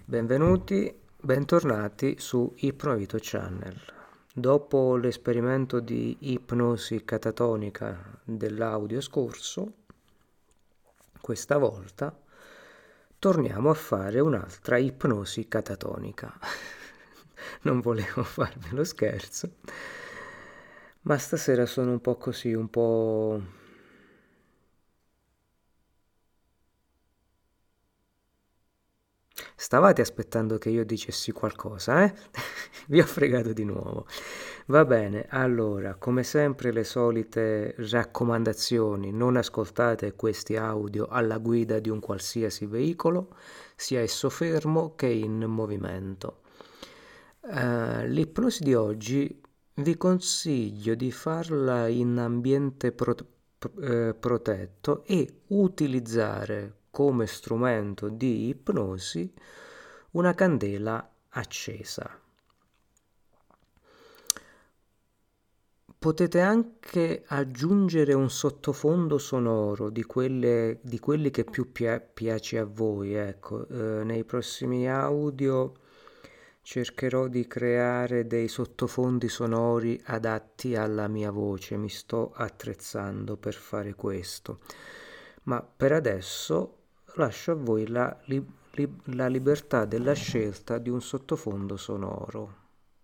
Benvenuti, bentornati su Ipnovito Channel. Dopo l'esperimento di ipnosi catatonica dell'audio scorso, questa volta torniamo a fare un'altra ipnosi catatonica. Non volevo farvi lo scherzo, ma stasera sono un po' così, un po'... Stavate aspettando che io dicessi qualcosa, eh? Vi ho fregato di nuovo. Va bene, allora, come sempre le solite raccomandazioni, non ascoltate questi audio alla guida di un qualsiasi veicolo, sia esso fermo che in movimento. L'ipnosi di oggi vi consiglio di farla in ambiente protetto e utilizzare come strumento di ipnosi una candela accesa. Potete anche aggiungere un sottofondo sonoro di quelli che più piace a voi, ecco. Nei prossimi audio cercherò di creare dei sottofondi sonori adatti alla mia voce, mi sto attrezzando per fare questo, ma per adesso lascio a voi la libertà della scelta di un sottofondo sonoro.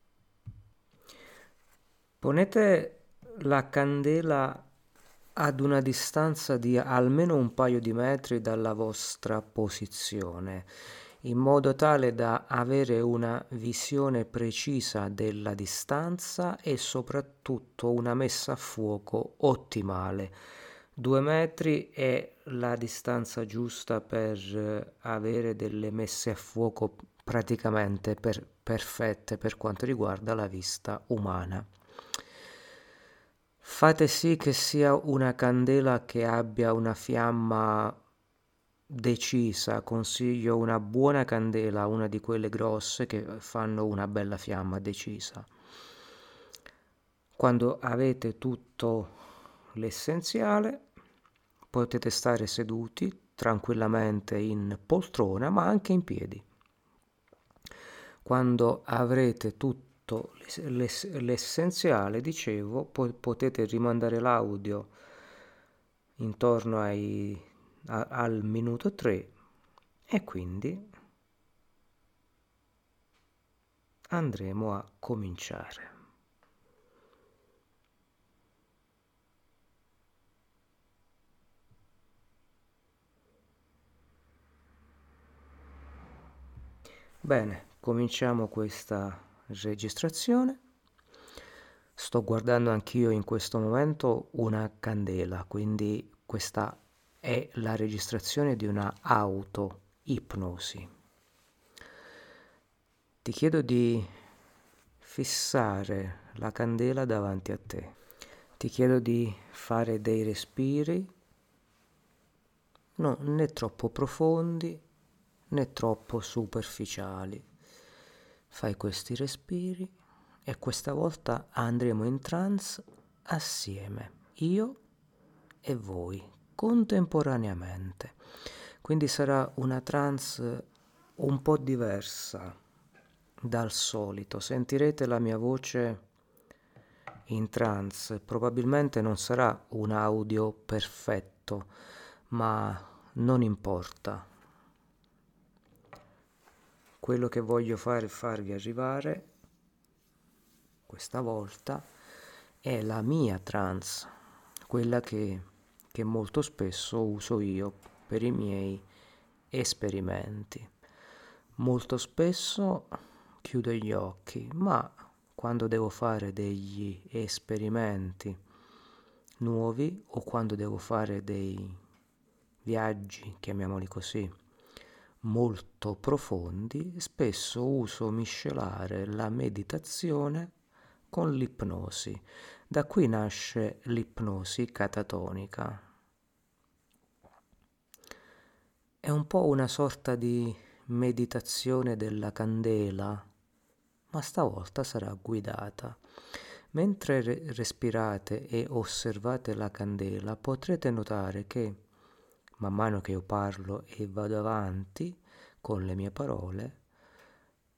Ponete la candela ad una distanza di almeno un paio di metri dalla vostra posizione, in modo tale da avere una visione precisa della distanza e soprattutto una messa a fuoco ottimale. 2 metri è la distanza giusta per avere delle messe a fuoco praticamente perfette per quanto riguarda la vista umana. Fate sì che sia una candela che abbia una fiamma decisa, consiglio una buona candela, una di quelle grosse che fanno una bella fiamma decisa. Quando avete tutto l'essenziale, potete stare seduti tranquillamente in poltrona, ma anche in piedi. Quando avrete tutto l'essenziale, dicevo, potete rimandare l'audio intorno al minuto 3 e quindi andremo a cominciare. Bene, cominciamo questa registrazione. Sto guardando anch'io in questo momento una candela, quindi questa è la registrazione di una auto-ipnosi. Ti chiedo di fissare la candela davanti a te. Ti chiedo di fare dei respiri, no, né troppo profondi né troppo superficiali. Fai questi respiri e questa volta andremo in trance assieme, io e voi, contemporaneamente. Quindi sarà una trance un po' diversa dal solito. Sentirete la mia voce in trance. Probabilmente non sarà un audio perfetto, ma non importa. Quello che voglio fare è farvi arrivare questa volta è la mia trance, quella che molto spesso uso io per i miei esperimenti. Molto spesso chiudo gli occhi, ma quando devo fare degli esperimenti nuovi o quando devo fare dei viaggi, chiamiamoli così, molto profondi, spesso uso miscelare la meditazione con l'ipnosi. Da qui nasce l'ipnosi catatonica. È un po' una sorta di meditazione della candela, ma stavolta sarà guidata. Mentre respirate e osservate la candela, potrete notare che man mano che io parlo e vado avanti con le mie parole,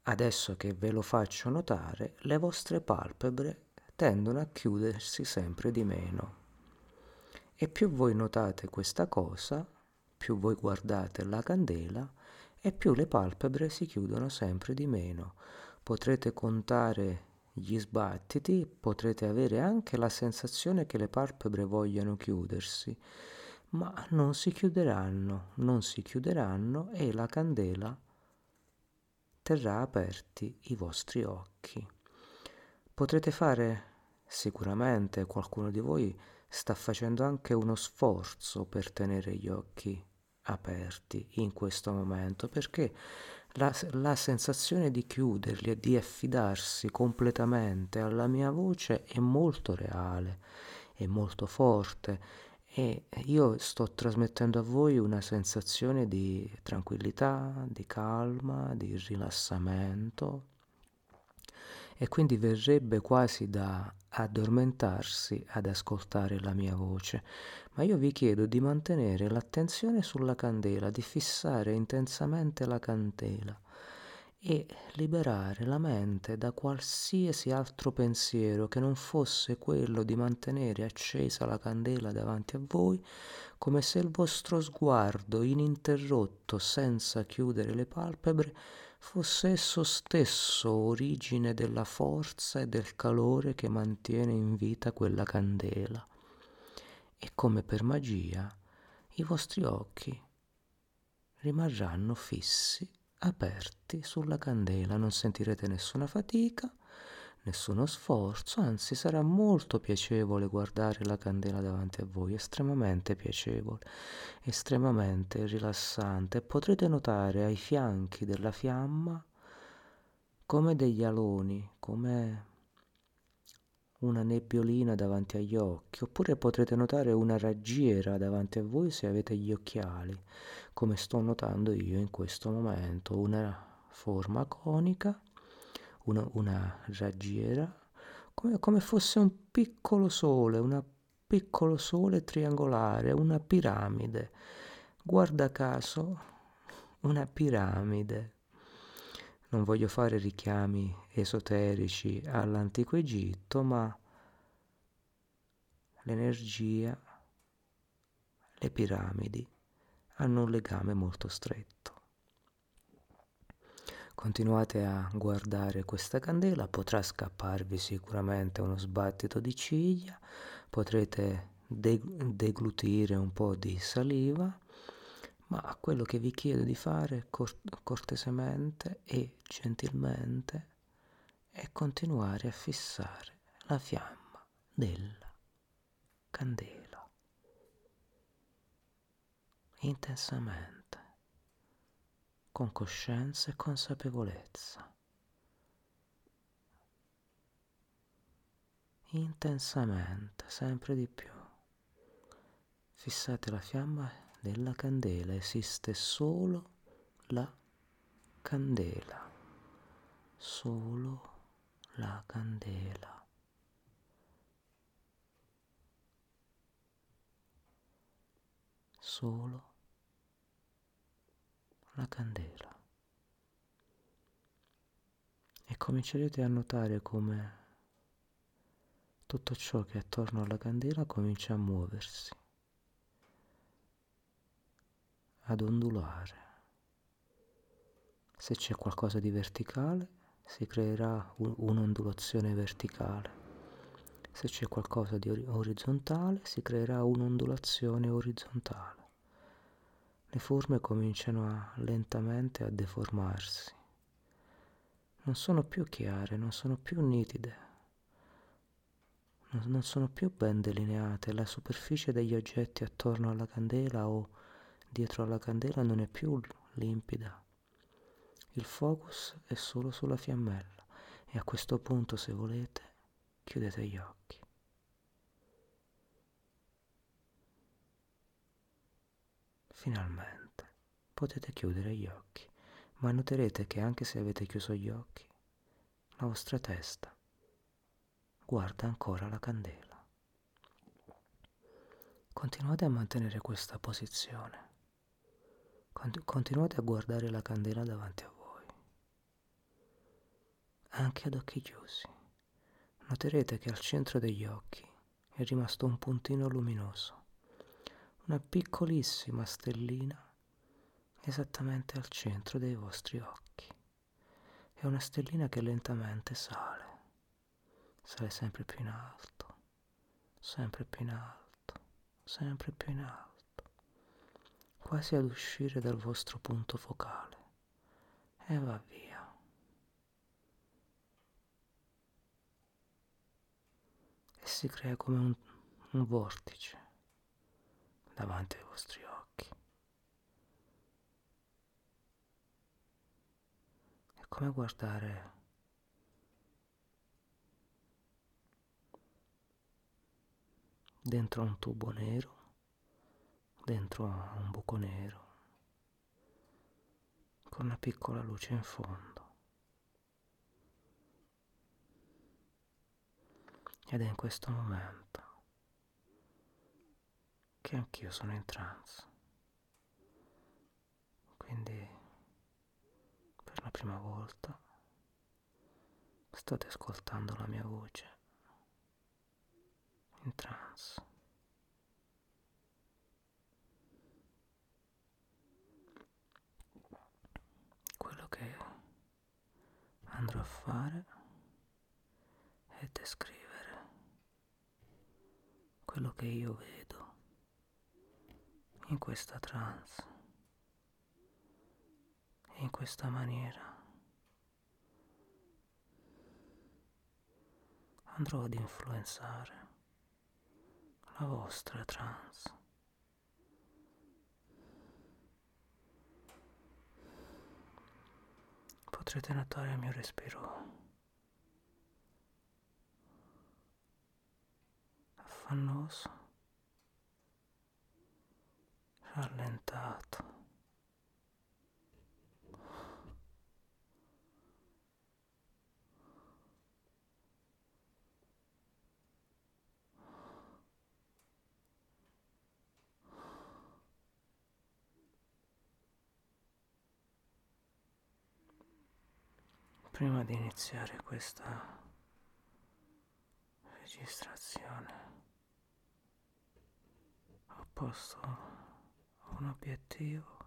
adesso che ve lo faccio notare, le vostre palpebre tendono a chiudersi sempre di meno. E più voi notate questa cosa, più voi guardate la candela e più le palpebre si chiudono sempre di meno. Potrete contare gli sbattiti, potrete avere anche la sensazione che le palpebre vogliano chiudersi, ma non si chiuderanno, non si chiuderanno e la candela terrà aperti i vostri occhi. Potrete fare, sicuramente qualcuno di voi sta facendo anche uno sforzo per tenere gli occhi aperti in questo momento, perché la sensazione di chiuderli e di affidarsi completamente alla mia voce è molto reale, è molto forte e io sto trasmettendo a voi una sensazione di tranquillità, di calma, di rilassamento e quindi verrebbe quasi da addormentarsi ad ascoltare la mia voce, ma io vi chiedo di mantenere l'attenzione sulla candela, di fissare intensamente la candela e liberare la mente da qualsiasi altro pensiero che non fosse quello di mantenere accesa la candela davanti a voi, come se il vostro sguardo ininterrotto, senza chiudere le palpebre, fosse esso stesso origine della forza e del calore che mantiene in vita quella candela. E come per magia i vostri occhi rimarranno fissi, aperti sulla candela, non sentirete nessuna fatica, nessuno sforzo, anzi sarà molto piacevole guardare la candela davanti a voi, estremamente piacevole, estremamente rilassante. Potrete notare ai fianchi della fiamma come degli aloni, come una nebbiolina davanti agli occhi, oppure potrete notare una raggiera davanti a voi se avete gli occhiali, come sto notando io in questo momento, una forma conica, una raggiera, come fosse un piccolo sole, un piccolo sole triangolare, una piramide. Guarda caso, una piramide. Non voglio fare richiami esoterici all'antico Egitto, ma l'energia, le piramidi hanno un legame molto stretto. Continuate a guardare questa candela, potrà scapparvi sicuramente uno sbattito di ciglia, potrete deglutire un po' di saliva, ma quello che vi chiedo di fare cortesemente e gentilmente è continuare a fissare la fiamma della candela intensamente, con coscienza e consapevolezza, intensamente, sempre di più. Fissate la fiamma della candela, esiste solo la candela, solo la candela. Solo la candela. E comincerete a notare come tutto ciò che è attorno alla candela comincia a muoversi, ad ondulare. Se c'è qualcosa di verticale, si creerà un'ondulazione verticale. Se c'è qualcosa di orizzontale, si creerà un'ondulazione orizzontale. Le forme cominciano lentamente a deformarsi. Non sono più chiare, non sono più nitide, non sono più ben delineate. La superficie degli oggetti attorno alla candela o dietro alla candela non è più limpida. Il focus è solo sulla fiammella e a questo punto, se volete, chiudete gli occhi. Finalmente potete chiudere gli occhi, ma noterete che anche se avete chiuso gli occhi, la vostra testa guarda ancora la candela. Continuate a mantenere questa posizione. Continuate a guardare la candela davanti a voi. anche ad occhi chiusi. Noterete che al centro degli occhi è rimasto un puntino luminoso, una piccolissima stellina esattamente al centro dei vostri occhi. È una stellina che lentamente sale sempre più in alto, sempre più in alto, sempre più in alto, quasi ad uscire dal vostro punto focale e va via. E si crea come un vortice davanti ai vostri occhi. È come guardare dentro a un tubo nero, dentro a un buco nero, con una piccola luce in fondo. Ed è in questo momento che anch'io sono in trance. Quindi, per la prima volta, state ascoltando la mia voce in trance. Quello che andrò a fare è descrivere quello che io vedo in questa trance, in questa maniera. Andrò ad influenzare la vostra trance. Potrete notare il mio respiro affannoso, rallentato. Prima di iniziare questa registrazione ho posto un obiettivo: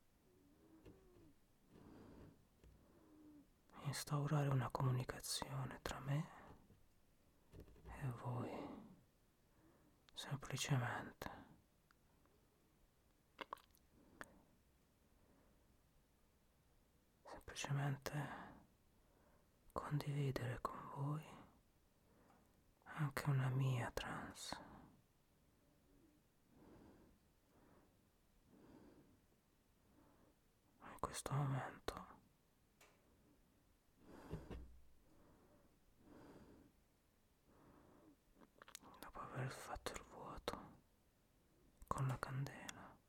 instaurare una comunicazione tra me e voi, semplicemente condividere con voi anche una mia trance. In questo momento dopo aver fatto il vuoto con la candela,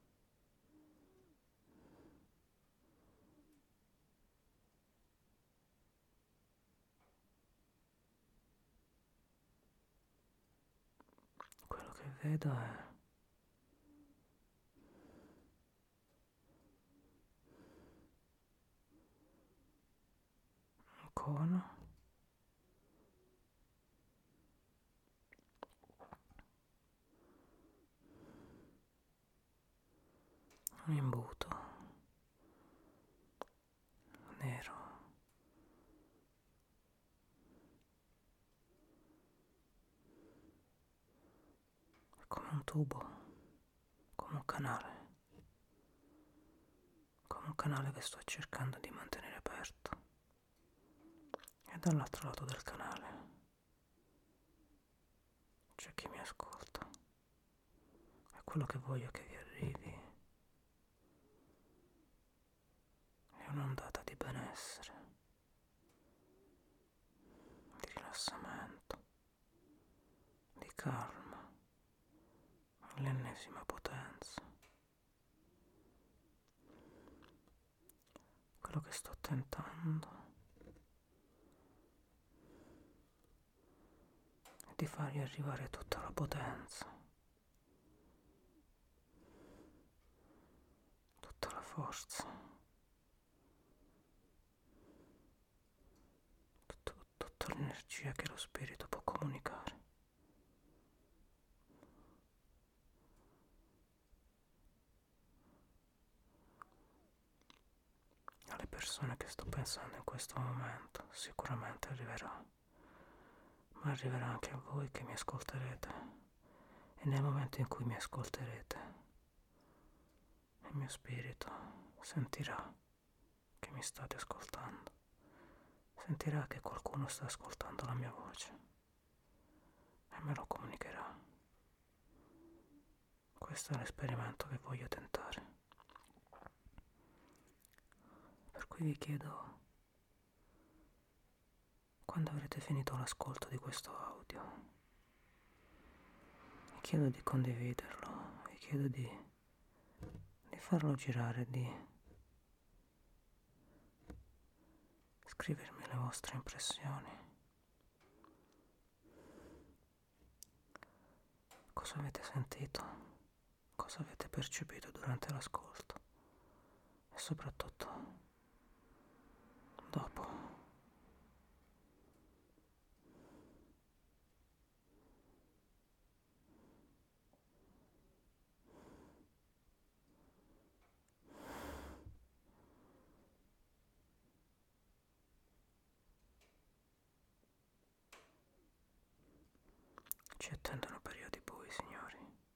quello che vedo è un cono un imbuto nero come un tubo, come un canale che sto cercando di mantenere aperto, e dall'altro lato del canale c'è chi mi ascolta, e quello che voglio che vi arrivi è un'ondata di benessere, di rilassamento, di calma, all'ennesima potenza. Quello che sto tentando è di fargli arrivare tutta la potenza, tutta la forza, tutto l'energia che lo spirito può comunicare. Alle persone che sto pensando in questo momento sicuramente arriverà, ma arriverà anche a voi che mi ascolterete, e nel momento in cui mi ascolterete il mio spirito sentirà che mi state ascoltando, sentirà che qualcuno sta ascoltando la mia voce e me lo comunicherà. Questo è l'esperimento che voglio tentare. Per cui vi chiedo, quando avrete finito l'ascolto di questo audio, vi chiedo di condividerlo, vi chiedo di farlo girare, di scrivermi le vostre impressioni. Cosa avete sentito? Cosa avete percepito durante l'ascolto? E soprattutto dopo. Ci attendono periodi bui, signori.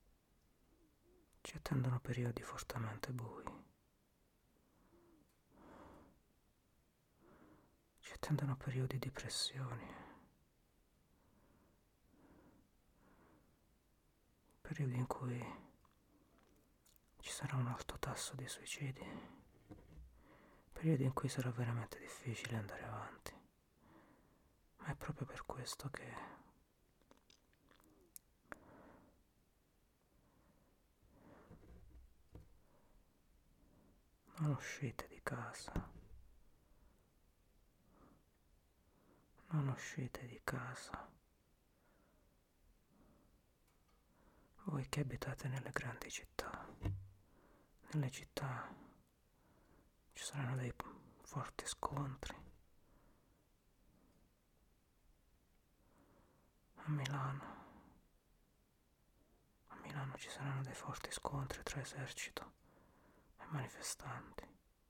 Ci attendono periodi fortemente bui. Ci attendono periodi di pressioni. Periodi in cui ci sarà un alto tasso di suicidi. Periodi in cui sarà veramente difficile andare avanti. Ma è proprio per questo che non uscite di casa. Non uscite di casa. Voi che abitate nelle grandi città. Nelle città ci saranno dei forti scontri. A Milano ci saranno dei forti scontri tra esercito e manifestanti.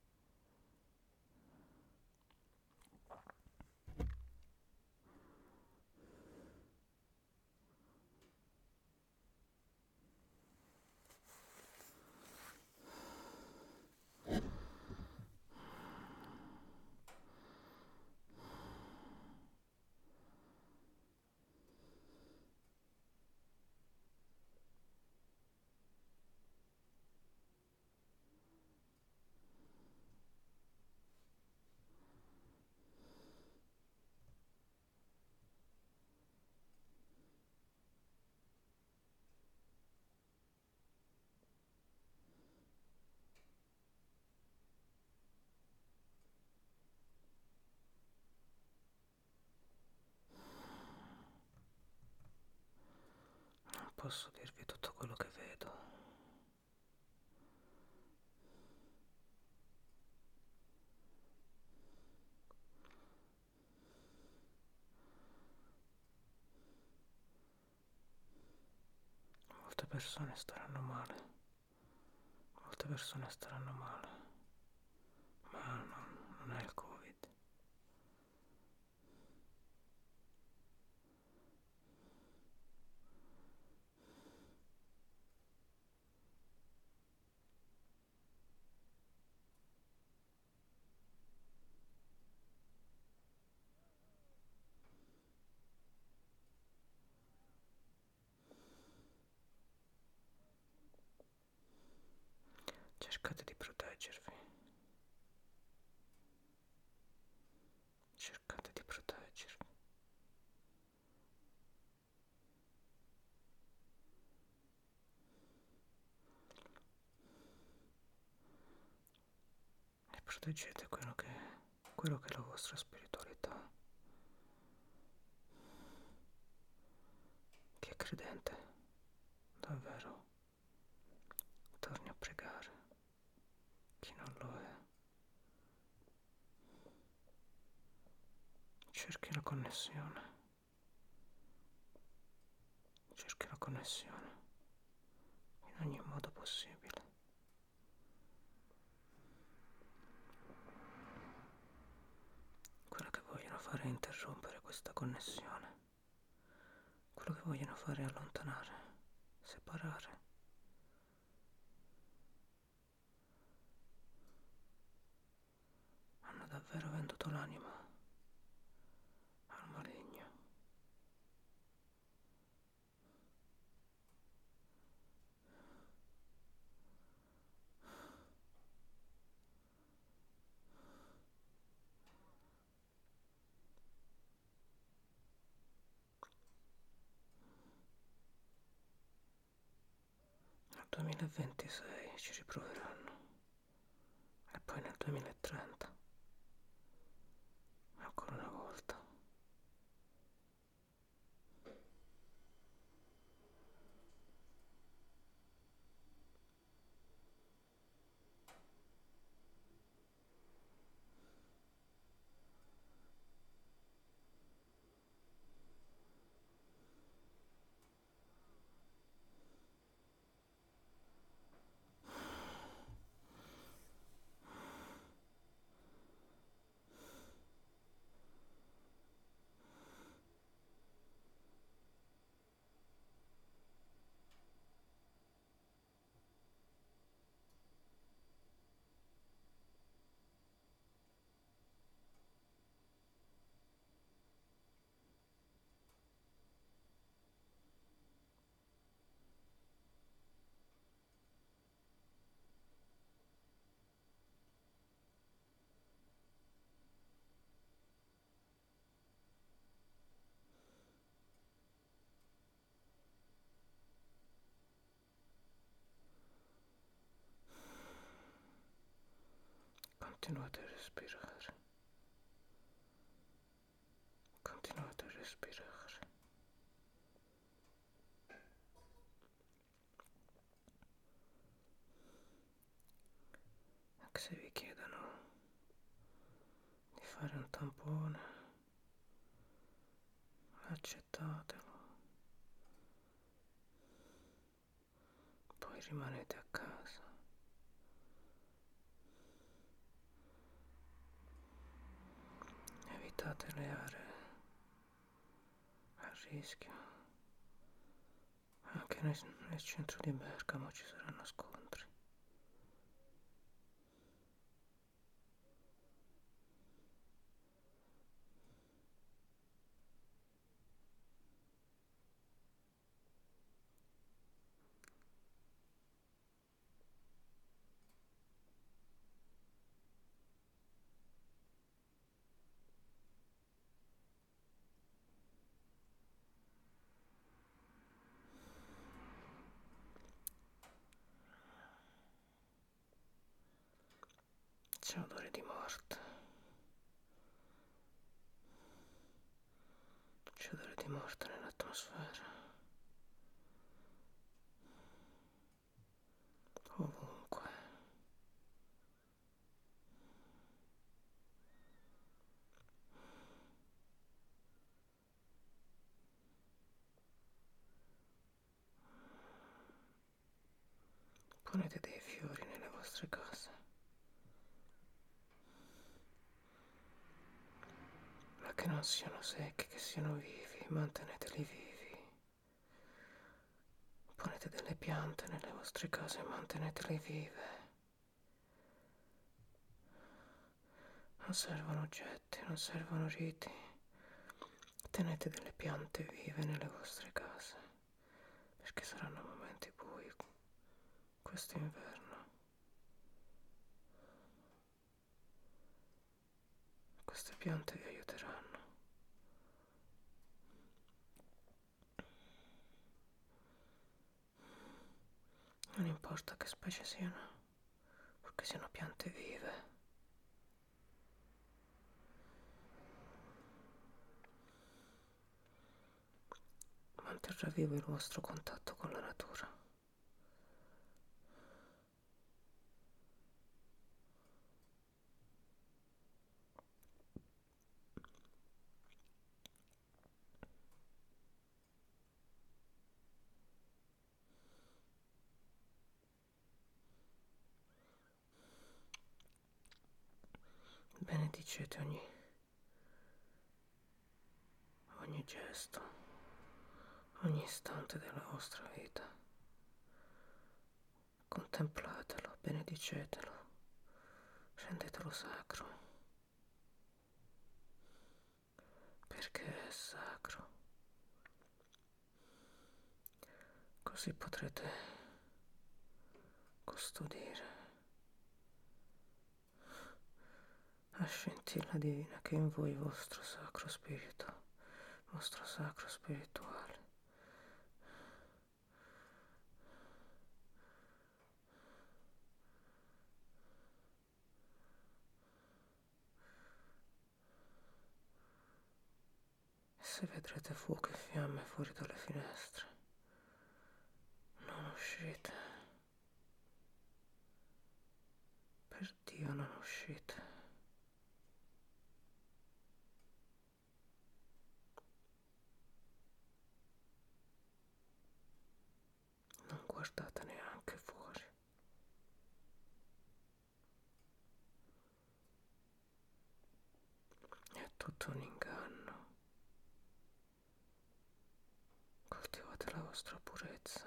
Non posso dirvi tutto quello che vedo. Molte persone staranno male. Molte persone staranno male. Ma non è il Covid. Cercate di proteggervi. Cercate di proteggervi. E proteggete quello che è la vostra spiritualità. Chi è credente, davvero, torni a pregare. Chi non lo è, Cerchi la connessione. Cerchi la connessione in ogni modo possibile. Quello che vogliono fare è interrompere questa connessione. Quello che vogliono fare è allontanare, separare. Hanno davvero venduto l'anima al maligno. Nel 2026 ci riproveranno e poi nel 2030 ancora una volta. Continuate a respirare. Continuate a respirare. Anche se vi chiedono di fare un tampone, accettatelo. Poi rimanete a casa. Evitate le aree a rischio. Anche nel centro di Bergamo ci saranno scontri. C'è odore di morte. C'è odore di morte nell'atmosfera. Ovunque. Ponete dei fiori nelle vostre case. Ma che non siano secchi, che siano vivi, manteneteli vivi. Ponete delle piante nelle vostre case e mantenetele vive. Non servono oggetti, non servono riti. Tenete delle piante vive nelle vostre case, perché saranno momenti bui questo inverno. Queste piante vi aiuteranno. Non importa che specie siano, purché siano piante vive. Manterrà vivo il vostro contatto con la natura. Benedicete ogni gesto, ogni istante della vostra vita. Contemplatelo, benedicetelo, rendetelo sacro, perché è sacro. Così potrete custodire la scintilla divina che è in voi, vostro sacro spirito, vostro sacro spirituale. E se vedrete fuoco e fiamme fuori dalle finestre, non uscite. Per Dio, non uscite. Non guardate neanche fuori. È tutto un inganno. Coltivate la vostra purezza.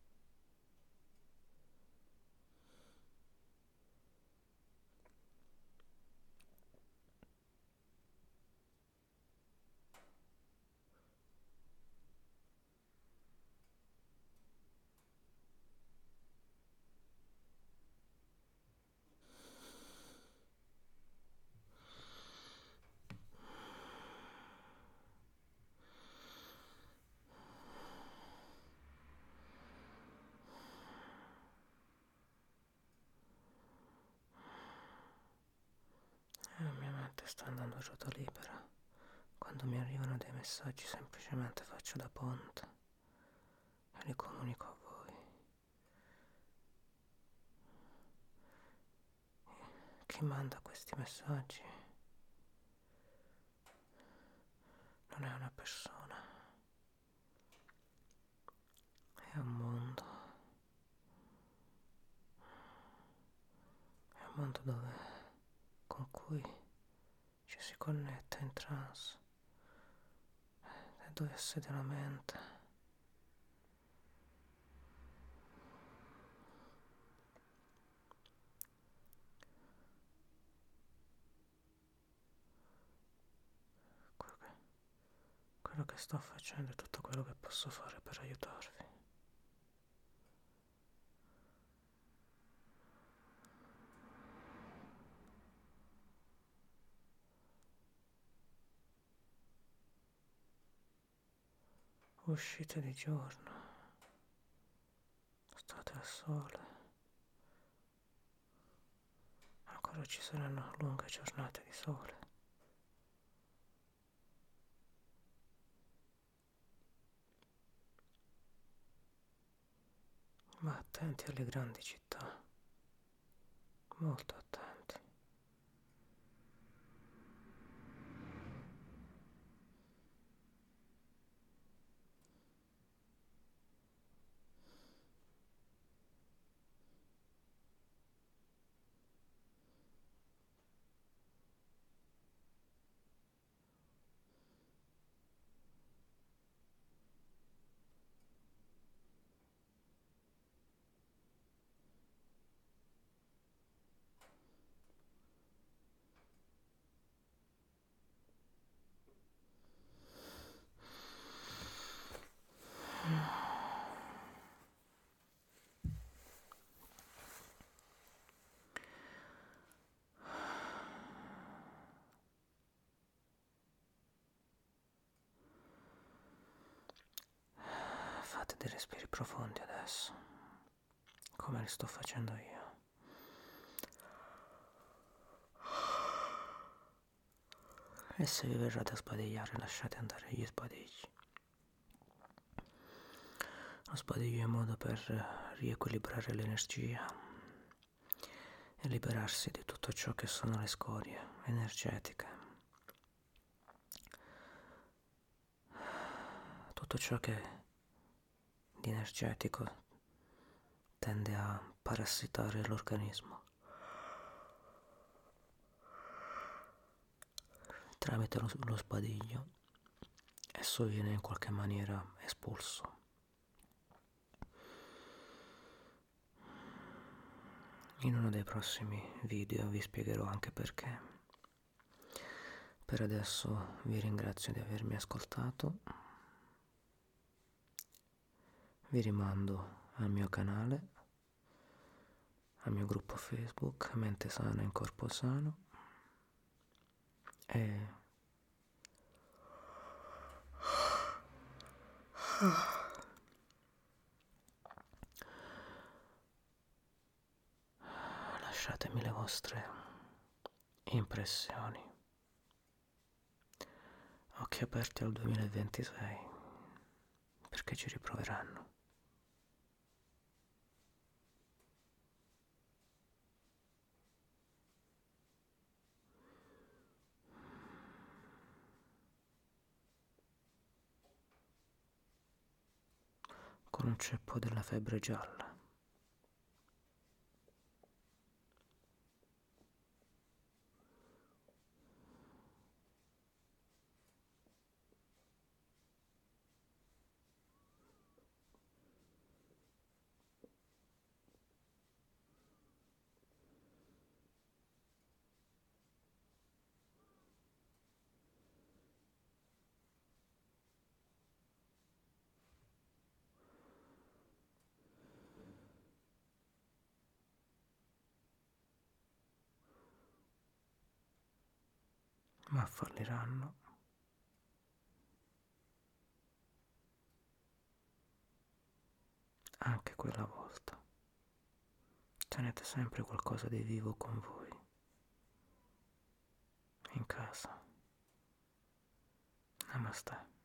La mia mente sta andando a ruota libera. Quando mi arrivano dei messaggi semplicemente faccio da ponte e li comunico a voi. Chi manda questi messaggi non è una persona, è un mondo. È un mondo con cui ci si connette in trance, e dove siede la mente. Quello che sto facendo è tutto quello che posso fare per aiutarvi. Uscite di giorno, state al sole, ancora ci saranno lunghe giornate di sole. Ma attenti alle grandi città, molto attenti. Fate dei respiri profondi adesso, come li sto facendo io. E se vi verrà da sbadigliare, lasciate andare gli sbadigli. Lo sbadiglio è un modo per riequilibrare l'energia e liberarsi di tutto ciò che sono le scorie energetiche. Tutto ciò che di energetico tende a parassitare l'organismo. tramite lo spadiglio, esso viene in qualche maniera espulso. In uno dei prossimi video vi spiegherò anche perché. Per adesso vi ringrazio di avermi ascoltato, vi rimando al mio canale, al mio gruppo Facebook Mente Sana in Corpo Sano e lasciatemi le vostre impressioni. Occhi aperti al 2026, perché ci riproveranno. Con un ceppo della febbre gialla. Ma falliranno. Anche quella volta. Tenete sempre qualcosa di vivo con voi. In casa. Namaste.